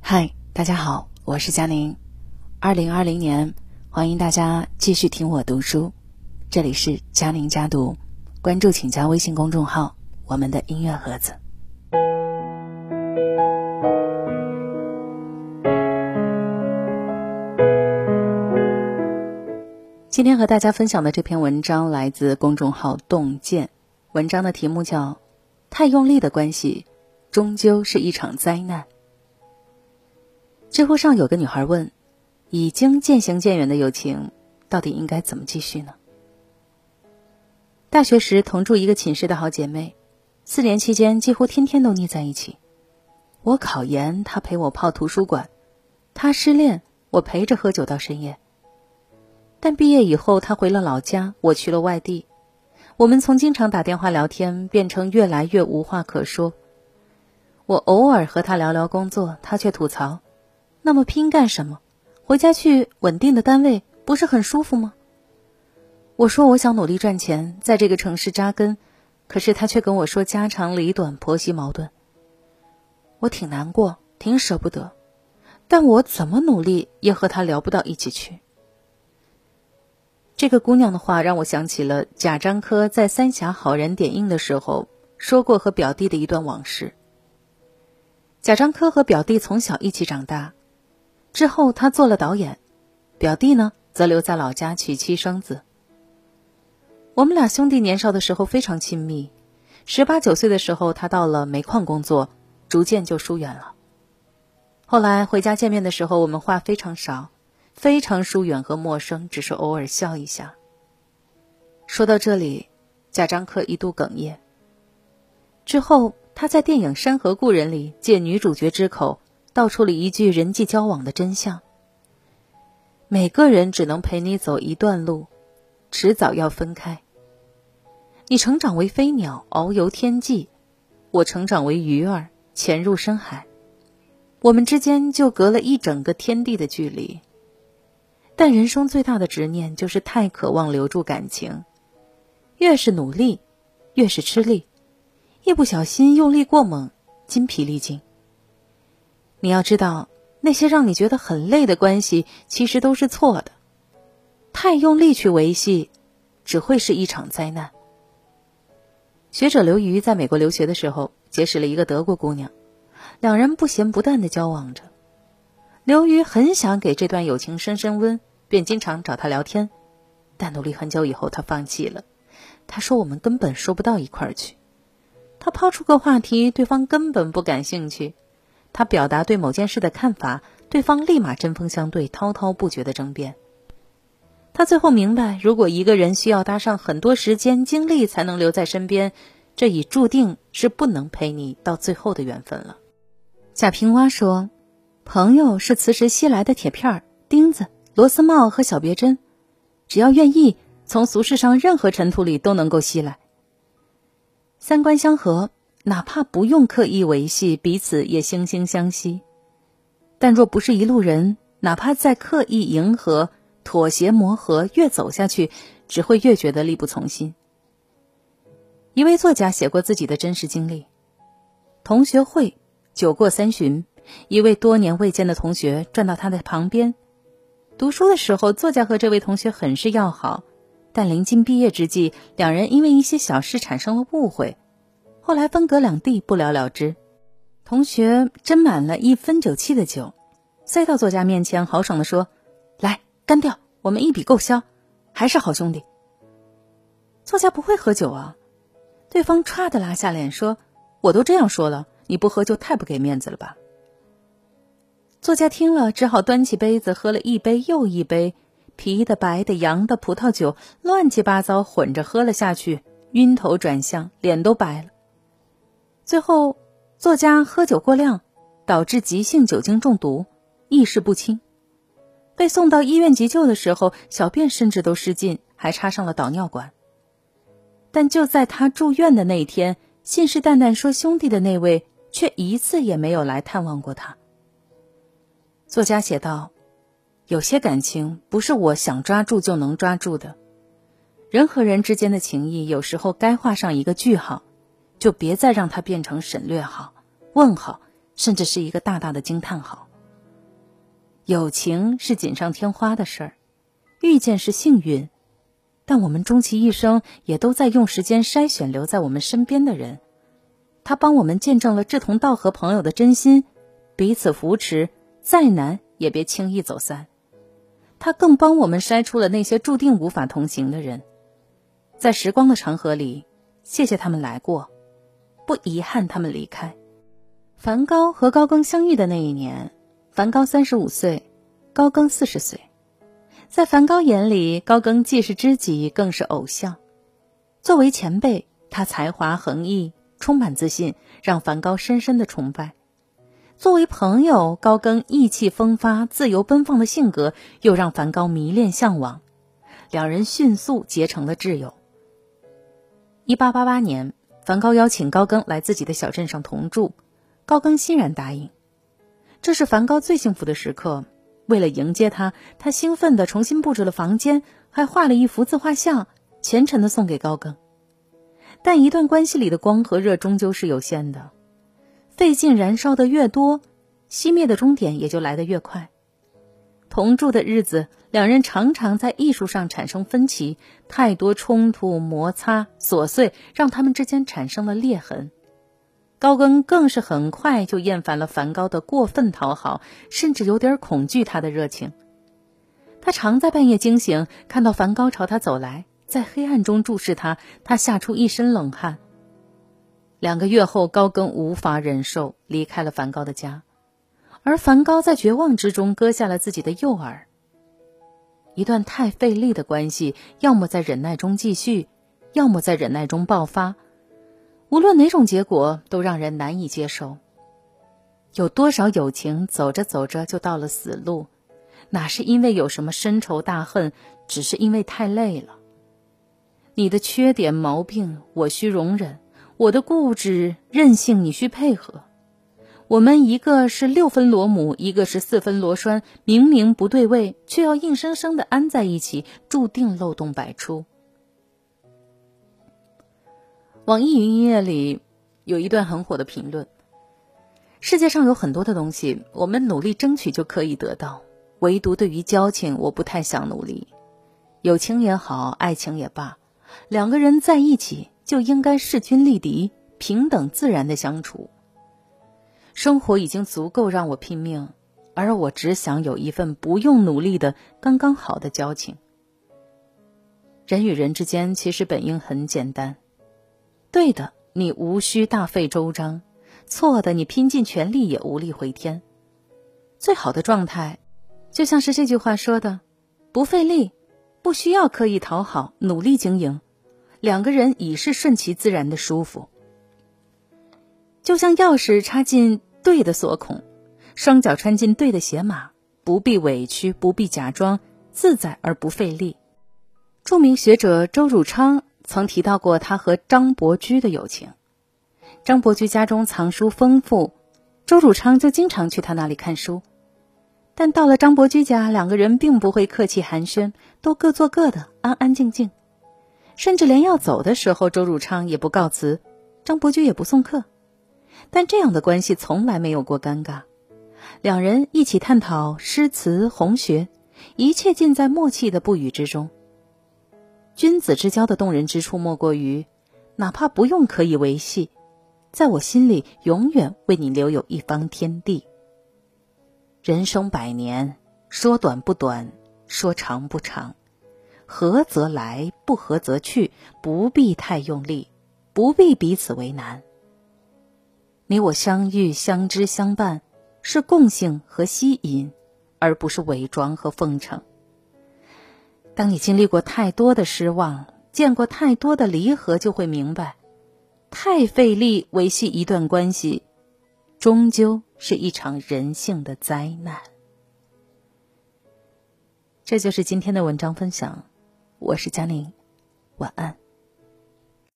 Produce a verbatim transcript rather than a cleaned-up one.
嗨，大家好，我是佳宁。二零二零年，欢迎大家继续听我读书。这里是佳宁家读，关注请加微信公众号我们的音乐盒子。今天和大家分享的这篇文章来自公众号洞见，文章的题目叫太用力的关系终究是一场灾难。知乎上有个女孩问，已经渐行渐远的友情到底应该怎么继续呢？大学时同住一个寝室的好姐妹，四年期间几乎天天都腻在一起。我考研，她陪我泡图书馆，她失恋，我陪着喝酒到深夜。但毕业以后，她回了老家，我去了外地，我们从经常打电话聊天变成越来越无话可说。我偶尔和她聊聊工作，她却吐槽，那么拼干什么？回家去稳定的单位不是很舒服吗？我说我想努力赚钱，在这个城市扎根，可是她却跟我说家长里短，婆媳矛盾。我挺难过，挺舍不得，但我怎么努力也和她聊不到一起去。这个姑娘的话让我想起了贾樟柯在三峡好人点映的时候说过和表弟的一段往事。贾樟柯和表弟从小一起长大，之后他做了导演，表弟呢则留在老家娶妻生子。我们俩兄弟年少的时候非常亲密，十八九岁的时候他到了煤矿工作，逐渐就疏远了。后来回家见面的时候，我们话非常少，非常疏远和陌生，只是偶尔笑一下。说到这里，贾樟柯一度哽咽。之后他在电影《山河故人》里借女主角之口道出了一句人际交往的真相：每个人只能陪你走一段路，迟早要分开。你成长为飞鸟，遨游天际，我成长为鱼儿，潜入深海，我们之间就隔了一整个天地的距离。但人生最大的执念就是太渴望留住感情，越是努力越是吃力，一不小心用力过猛，筋疲力尽。你要知道，那些让你觉得很累的关系其实都是错的，太用力去维系只会是一场灾难。学者刘瑜在美国留学的时候结识了一个德国姑娘，两人不咸不淡地交往着。刘瑜很想给这段友情升升温，便经常找她聊天，但努力很久以后他放弃了。他说我们根本说不到一块儿去。他抛出个话题，对方根本不感兴趣。他表达对某件事的看法，对方立马针锋相对，滔滔不绝地争辩。他最后明白，如果一个人需要搭上很多时间精力才能留在身边，这已注定是不能陪你到最后的缘分了。贾平凹说，朋友是磁石吸来的铁片、钉子、螺丝帽和小别针，只要愿意，从俗世上任何尘土里都能够吸来。三观相合，哪怕不用刻意维系，彼此也惺惺相惜。但若不是一路人，哪怕再刻意迎合、妥协磨合，越走下去只会越觉得力不从心。一位作家写过自己的真实经历。同学会，酒过三巡，一位多年未见的同学转到他的旁边。读书的时候，作家和这位同学很是要好，但临近毕业之际，两人因为一些小事产生了误会，后来分隔两地，不了了之。同学斟满了一分酒器的酒，塞到作家面前，豪爽地说，来，干掉，我们一笔勾销，还是好兄弟。作家不会喝酒啊。对方歘地拉下脸说，我都这样说了，你不喝就太不给面子了吧。作家听了，只好端起杯子喝了一杯又一杯，啤的、白的、洋的、葡萄酒乱七八糟混着喝了下去，晕头转向，脸都白了。最后作家喝酒过量，导致急性酒精中毒，意识不清。被送到医院急救的时候，小便甚至都失禁，还插上了导尿管。但就在他住院的那一天，信誓旦旦说兄弟的那位却一次也没有来探望过他。作家写道，有些感情不是我想抓住就能抓住的，人和人之间的情谊有时候该画上一个句号，就别再让它变成省略号、问号，甚至是一个大大的惊叹号。 友情是锦上添花的事儿，遇见是幸运，但我们终其一生也都在用时间筛选留在我们身边的人。他帮我们见证了志同道合朋友的真心，彼此扶持，再难也别轻易走散。他更帮我们筛出了那些注定无法同行的人。在时光的长河里，谢谢他们来过，不遗憾他们离开。梵高和高更相遇的那一年，梵高三十五岁，高更四十岁。在梵高眼里，高更既是知己，更是偶像。作为前辈，他才华横溢，充满自信，让梵高深深的崇拜。作为朋友，高更意气风发、自由奔放的性格又让梵高迷恋向往，两人迅速结成了挚友。一八八八年，梵高邀请高更来自己的小镇上同住，高更欣然答应。这是梵高最幸福的时刻，为了迎接他，他兴奋地重新布置了房间，还画了一幅自画像，虔诚地送给高更。但一段关系里的光和热终究是有限的，费劲燃烧的越多，熄灭的终点也就来得越快。同住的日子，两人常常在艺术上产生分歧，太多冲突、摩擦、琐碎，让他们之间产生了裂痕。高更更是很快就厌烦了梵高的过分讨好，甚至有点恐惧他的热情。他常在半夜惊醒，看到梵高朝他走来，在黑暗中注视他，他吓出一身冷汗。两个月后，高更无法忍受，离开了梵高的家，而梵高在绝望之中割下了自己的右耳。一段太费力的关系，要么在忍耐中继续，要么在忍耐中爆发，无论哪种结果都让人难以接受。有多少友情走着走着就到了死路，哪是因为有什么深仇大恨，只是因为太累了。你的缺点毛病我需容忍，我的固执任性你需配合。我们一个是六分螺母，一个是四分螺栓，明明不对位，却要硬生生地安在一起，注定漏洞百出。网易云音乐里有一段很火的评论：世界上有很多的东西，我们努力争取就可以得到，唯独对于交情，我不太想努力。友情也好，爱情也罢，两个人在一起就应该势均力敌，平等自然的相处。生活已经足够让我拼命，而我只想有一份不用努力的刚刚好的交情。人与人之间其实本应很简单，对的你无需大费周章，错的你拼尽全力也无力回天。最好的状态就像是这句话说的，不费力，不需要刻意讨好，努力经营，两个人已是顺其自然的舒服。就像钥匙插进对的锁孔，双脚穿进对的鞋码，不必委屈，不必假装，自在而不费力。著名学者周汝昌曾提到过他和张伯驹的友情。张伯驹家中藏书丰富，周汝昌就经常去他那里看书。但到了张伯驹家，两个人并不会客气寒暄，都各做各的，安安静静。甚至连要走的时候，周汝昌也不告辞，张伯驹也不送客。但这样的关系从来没有过尴尬，两人一起探讨诗词红学，一切尽在默契的不语之中。君子之交的动人之处莫过于，哪怕不用刻意维系，在我心里永远为你留有一方天地。人生百年，说短不短，说长不长，合则来，不合则去，不必太用力，不必彼此为难。你我相遇相知相伴，是共性和吸引，而不是伪装和奉承。当你经历过太多的失望，见过太多的离合，就会明白，太费力维系一段关系，终究是一场人性的灾难。这就是今天的文章分享，我是佳宁，晚安。